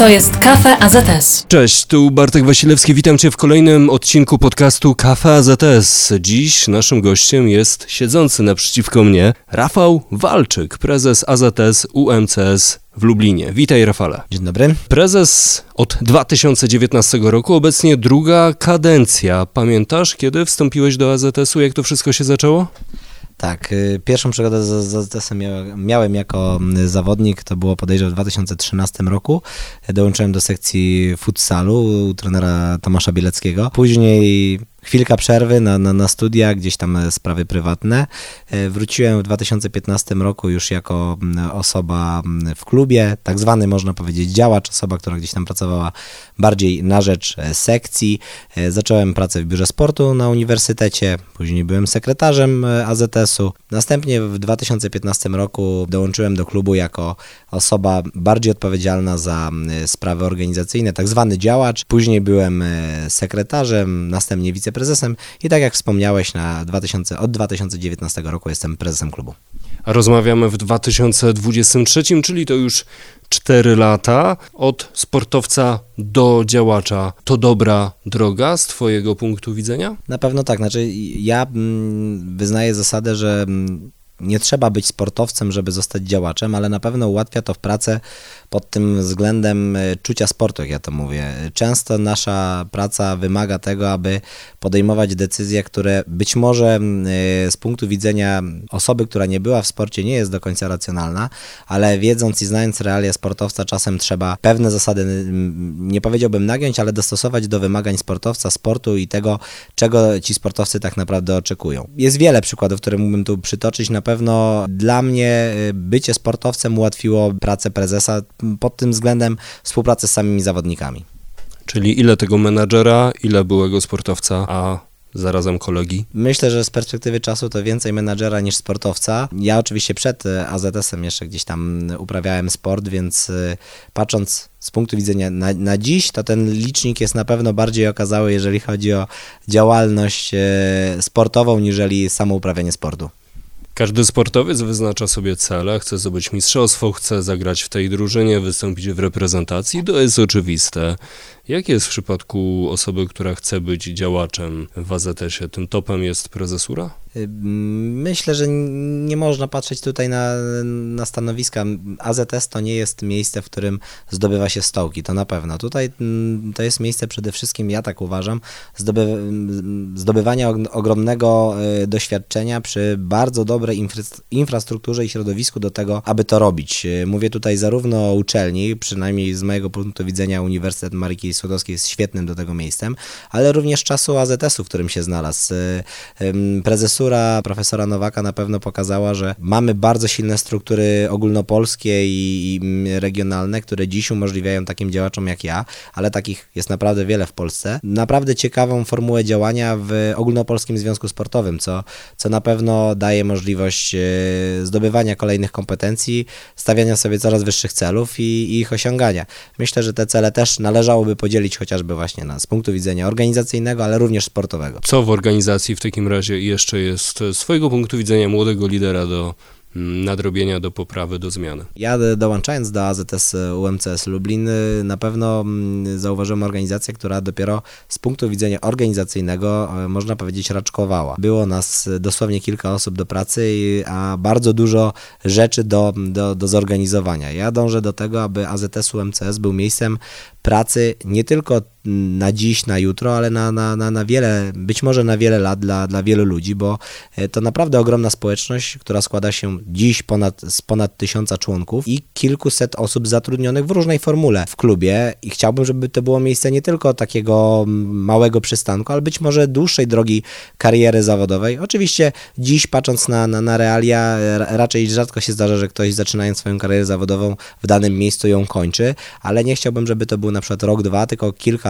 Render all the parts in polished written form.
To jest Cafe AZS. Cześć, tu Bartek Wasilewski, witam Cię w kolejnym odcinku podcastu Cafe AZS. Dziś naszym gościem jest siedzący naprzeciwko mnie Rafał Walczyk, prezes AZS UMCS w Lublinie. Witaj, Rafale. Dzień dobry. Prezes od 2019 roku, obecnie druga kadencja. Pamiętasz, kiedy wstąpiłeś do AZS-u, jak to wszystko się zaczęło? Tak, pierwszą przygodę z AZS-em miałem jako zawodnik, to było podejrzewam w 2013 roku. Dołączyłem do sekcji futsalu u trenera Tomasza Bieleckiego. Później chwilka przerwy na studia, gdzieś tam sprawy prywatne. Wróciłem w 2015 roku już jako osoba w klubie, tak zwany można powiedzieć działacz, osoba, która gdzieś tam pracowała bardziej na rzecz sekcji. Zacząłem pracę w biurze sportu na uniwersytecie, później byłem sekretarzem AZS-u. Następnie w 2015 roku dołączyłem do klubu jako osoba bardziej odpowiedzialna za sprawy organizacyjne, tak zwany działacz. Później byłem sekretarzem, następnie wiceprezesem i tak jak wspomniałeś, od 2019 roku jestem prezesem klubu. A rozmawiamy w 2023, czyli to już 4 lata. Od sportowca do działacza. To dobra droga z Twojego punktu widzenia? Na pewno tak. Znaczy ja wyznaję zasadę, że nie trzeba być sportowcem, żeby zostać działaczem, ale na pewno ułatwia to w pracę pod tym względem czucia sportu, jak ja to mówię. Często nasza praca wymaga tego, aby podejmować decyzje, które być może z punktu widzenia osoby, która nie była w sporcie, nie jest do końca racjonalna, ale wiedząc i znając realia sportowca, czasem trzeba pewne zasady, nie powiedziałbym nagiąć, ale dostosować do wymagań sportowca, sportu i tego, czego ci sportowcy tak naprawdę oczekują. Jest wiele przykładów, które mógłbym tu przytoczyć. Na pewno dla mnie bycie sportowcem ułatwiło pracę prezesa pod tym względem współpracę z samymi zawodnikami. Czyli ile tego menadżera, ile byłego sportowca, a zarazem kolegi? Myślę, że z perspektywy czasu to więcej menadżera niż sportowca. Ja oczywiście przed AZS-em jeszcze gdzieś tam uprawiałem sport, więc patrząc z punktu widzenia na dziś, to ten licznik jest na pewno bardziej okazały, jeżeli chodzi o działalność sportową, niżeli samo uprawianie sportu. Każdy sportowiec wyznacza sobie cele, chce zdobyć mistrzostwo, chce zagrać w tej drużynie, wystąpić w reprezentacji, to jest oczywiste. Jak jest w przypadku osoby, która chce być działaczem w AZS-ie? Tym topem jest prezesura? Myślę, że nie można patrzeć tutaj na stanowiska. AZS to nie jest miejsce, w którym zdobywa się stołki, to na pewno. Tutaj to jest miejsce przede wszystkim, ja tak uważam, zdobywania ogromnego doświadczenia przy bardzo dobrej infrastrukturze i środowisku do tego, aby to robić. Mówię tutaj zarówno o uczelni, przynajmniej z mojego punktu widzenia Uniwersytet Marii Skłodowskiej jest świetnym do tego miejscem, ale również czasu AZS-u, w którym się znalazł. Prezesura profesora Nowaka na pewno pokazała, że mamy bardzo silne struktury ogólnopolskie i regionalne, które dziś umożliwiają takim działaczom jak ja, ale takich jest naprawdę wiele w Polsce. Naprawdę ciekawą formułę działania w Ogólnopolskim Związku Sportowym, co na pewno daje możliwość zdobywania kolejnych kompetencji, stawiania sobie coraz wyższych celów i ich osiągania. Myślę, że te cele też należałoby podzielić chociażby właśnie z punktu widzenia organizacyjnego, ale również sportowego. Co w organizacji w takim razie jeszcze jest z Twojego punktu widzenia młodego lidera do nadrobienia, do poprawy, do zmiany? Ja dołączając do AZS UMCS Lublin na pewno zauważyłem organizację, która dopiero z punktu widzenia organizacyjnego można powiedzieć raczkowała. Było nas dosłownie kilka osób do pracy, a bardzo dużo rzeczy do zorganizowania. Ja dążę do tego, aby AZS UMCS był miejscem pracy nie tylko na dziś, na jutro, ale na wiele, być może na wiele lat dla wielu ludzi, bo to naprawdę ogromna społeczność, która składa się dziś z ponad 1000 członków i kilkuset osób zatrudnionych w różnej formule w klubie i chciałbym, żeby to było miejsce nie tylko takiego małego przystanku, ale być może dłuższej drogi kariery zawodowej. Oczywiście dziś patrząc na realia, raczej rzadko się zdarza, że ktoś zaczynając swoją karierę zawodową w danym miejscu ją kończy, ale nie chciałbym, żeby to był na przykład rok, 2, tylko kilka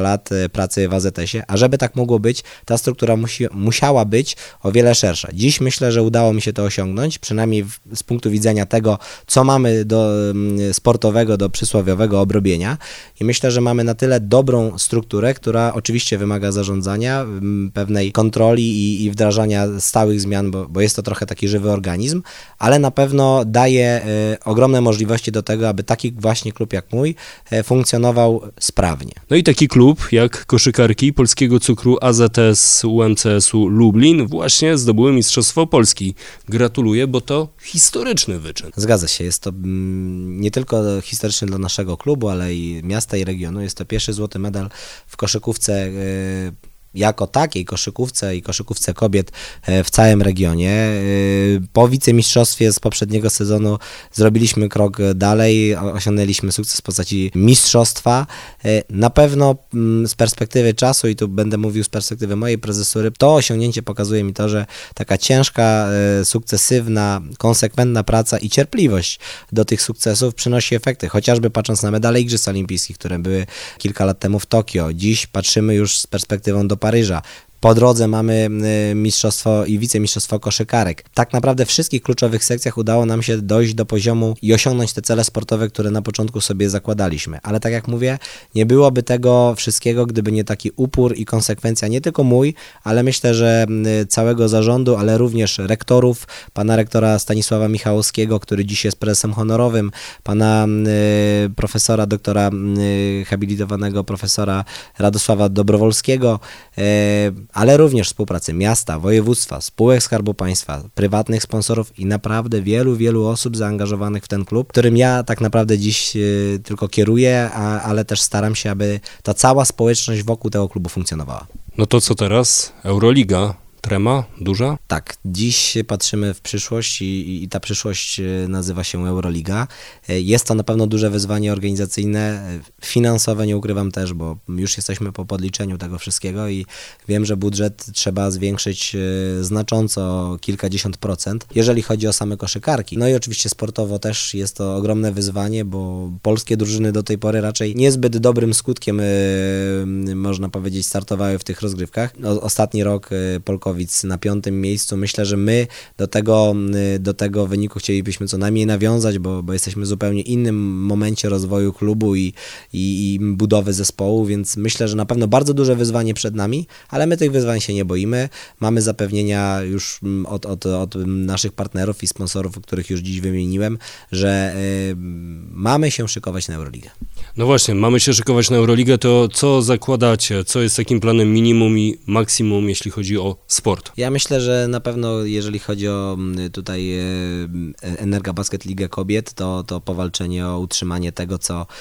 lat pracy w AZS-ie, a żeby tak mogło być, ta struktura musiała być o wiele szersza. Dziś myślę, że udało mi się to osiągnąć, przynajmniej z punktu widzenia tego, co mamy do sportowego, do przysłowiowego obrobienia i myślę, że mamy na tyle dobrą strukturę, która oczywiście wymaga zarządzania, pewnej kontroli i wdrażania stałych zmian, bo jest to trochę taki żywy organizm, ale na pewno daje ogromne możliwości do tego, aby taki właśnie klub jak mój funkcjonował sprawnie. No i taki klub jak koszykarki Polskiego Cukru AZS UMCS-u Lublin właśnie zdobyły Mistrzostwo Polski. Gratuluję, bo to historyczny wyczyn. Zgadza się, jest to nie tylko historyczny dla naszego klubu, ale i miasta i regionu. Jest to pierwszy złoty medal w koszykówce jako takiej koszykówce i koszykówce kobiet w całym regionie. Po wicemistrzostwie z poprzedniego sezonu zrobiliśmy krok dalej, osiągnęliśmy sukces w postaci mistrzostwa. Na pewno z perspektywy czasu, i tu będę mówił z perspektywy mojej prezesury, to osiągnięcie pokazuje mi to, że taka ciężka, sukcesywna, konsekwentna praca i cierpliwość do tych sukcesów przynosi efekty, chociażby patrząc na medale Igrzysk Olimpijskich, które były kilka lat temu w Tokio. Dziś patrzymy już z perspektywą do Paryża. Po drodze mamy mistrzostwo i wicemistrzostwo koszykarek. Tak naprawdę w wszystkich kluczowych sekcjach udało nam się dojść do poziomu i osiągnąć te cele sportowe, które na początku sobie zakładaliśmy. Ale tak jak mówię, nie byłoby tego wszystkiego, gdyby nie taki upór i konsekwencja nie tylko mój, ale myślę, że całego zarządu, ale również rektorów, pana rektora Stanisława Michałowskiego, który dziś jest prezesem honorowym, pana profesora, doktora habilitowanego profesora Radosława Dobrowolskiego, ale również współpracy miasta, województwa, spółek Skarbu Państwa, prywatnych sponsorów i naprawdę wielu, wielu osób zaangażowanych w ten klub, którym ja tak naprawdę dziś tylko kieruję, ale też staram się, aby ta cała społeczność wokół tego klubu funkcjonowała. No to co teraz? Euroliga? Trema? Duża? Tak, dziś patrzymy w przyszłość i ta przyszłość nazywa się Euroliga. Jest to na pewno duże wyzwanie organizacyjne, finansowe nie ukrywam też, bo już jesteśmy po podliczeniu tego wszystkiego i wiem, że budżet trzeba zwiększyć znacząco, kilkadziesiąt procent, jeżeli chodzi o same koszykarki. No i oczywiście sportowo też jest to ogromne wyzwanie, bo polskie drużyny do tej pory raczej niezbyt dobrym skutkiem, można powiedzieć, startowały w tych rozgrywkach. Ostatni rok Polkowic na 5. miejscu. Myślę, że my do tego wyniku chcielibyśmy co najmniej nawiązać, bo jesteśmy w zupełnie innym momencie rozwoju klubu i budowy zespołu, więc myślę, że na pewno bardzo duże wyzwanie przed nami, ale my tych wyzwań się nie boimy. Mamy zapewnienia już od naszych partnerów i sponsorów, których już dziś wymieniłem, że mamy się szykować na Euroligę. No właśnie, mamy się szykować na Euroligę, to co zakładacie? Co jest takim planem minimum i maksimum, jeśli chodzi o sport? Ja myślę, że na pewno jeżeli chodzi o tutaj Energabasket Ligę Kobiet, to powalczenie o utrzymanie tego,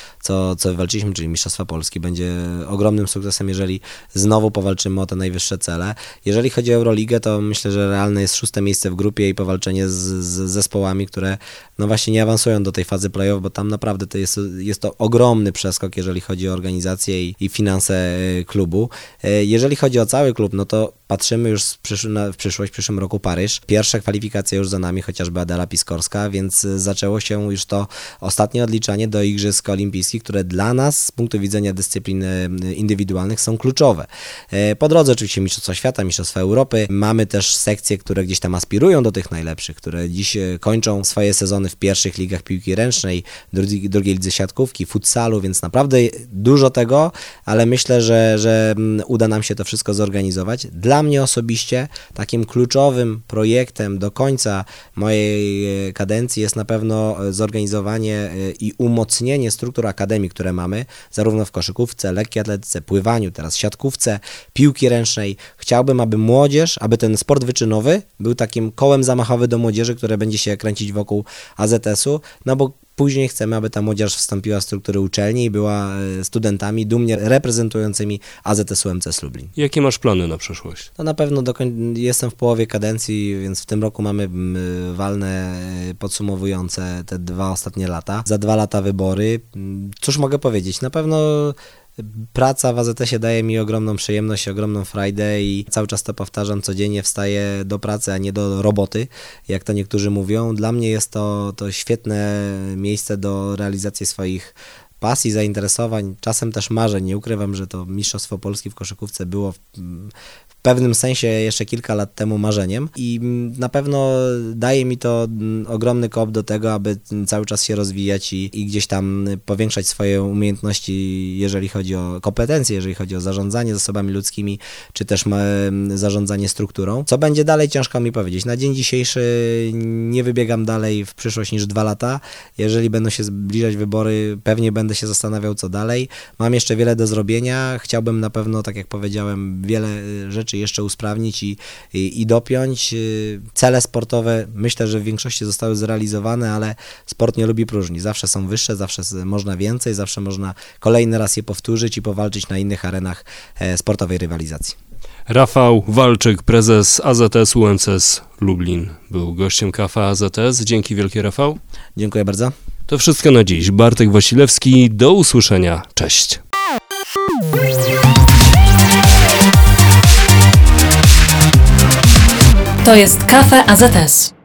co walczyliśmy, czyli Mistrzostwa Polski, będzie ogromnym sukcesem, jeżeli znowu powalczymy o te najwyższe cele. Jeżeli chodzi o Euroligę, to myślę, że realne jest 6. miejsce w grupie i powalczenie z zespołami, które no właśnie nie awansują do tej fazy play-off, bo tam naprawdę to jest to ogromny przeskok, jeżeli chodzi o organizację i finanse klubu. Jeżeli chodzi o cały klub, no to patrzymy już w przyszłość, w przyszłym roku Paryż. Pierwsze kwalifikacje już za nami, chociażby Adela Piskorska, więc zaczęło się już to ostatnie odliczanie do Igrzysk Olimpijskich, które dla nas z punktu widzenia dyscyplin indywidualnych są kluczowe. Po drodze oczywiście Mistrzostwa Świata, Mistrzostwa Europy. Mamy też sekcje, które gdzieś tam aspirują do tych najlepszych, które dziś kończą swoje sezony w pierwszych ligach piłki ręcznej, drugiej lidze siatkówki, futsalu, więc naprawdę dużo tego, ale myślę, że uda nam się to wszystko zorganizować. Dla mnie osobiście takim kluczowym projektem do końca mojej kadencji jest na pewno zorganizowanie i umocnienie struktur akademii, które mamy, zarówno w koszykówce, lekkiej atletyce, pływaniu, teraz siatkówce, piłki ręcznej. Chciałbym, aby młodzież, aby ten sport wyczynowy był takim kołem zamachowym do młodzieży, które będzie się kręcić wokół AZS-u, no bo później chcemy, aby ta młodzież wstąpiła w struktury uczelni i była studentami dumnie reprezentującymi AZS UMCS Lublin. Jakie masz plany na przyszłość? No na pewno jestem w połowie kadencji, więc w tym roku mamy walne podsumowujące te 2 ostatnie lata. Za 2 lata wybory. Cóż mogę powiedzieć? Na pewno praca w AZS-ie daje mi ogromną przyjemność, ogromną frajdę i cały czas to powtarzam, codziennie wstaję do pracy, a nie do roboty, jak to niektórzy mówią. Dla mnie jest to świetne miejsce do realizacji swoich pasji, zainteresowań, czasem też marzeń. Nie ukrywam, że to Mistrzostwo Polski w koszykówce było w pewnym sensie jeszcze kilka lat temu marzeniem i na pewno daje mi to ogromny kop do tego, aby cały czas się rozwijać i gdzieś tam powiększać swoje umiejętności, jeżeli chodzi o kompetencje, jeżeli chodzi o zarządzanie zasobami ludzkimi, czy też zarządzanie strukturą. Co będzie dalej, ciężko mi powiedzieć. Na dzień dzisiejszy nie wybiegam dalej w przyszłość niż 2 lata. Jeżeli będą się zbliżać wybory, pewnie będę się zastanawiał, co dalej. Mam jeszcze wiele do zrobienia. Chciałbym na pewno, tak jak powiedziałem, wiele rzeczy jeszcze usprawnić i dopiąć. Cele sportowe myślę, że w większości zostały zrealizowane, ale sport nie lubi próżni. Zawsze są wyższe, zawsze można więcej, zawsze można kolejny raz je powtórzyć i powalczyć na innych arenach sportowej rywalizacji. Rafał Walczyk, prezes AZS UMCS Lublin, był gościem Cafe AZS. Dzięki wielkie, Rafał. Dziękuję bardzo. To wszystko na dziś. Bartek Wasilewski, do usłyszenia. Cześć. To jest Cafe AZS.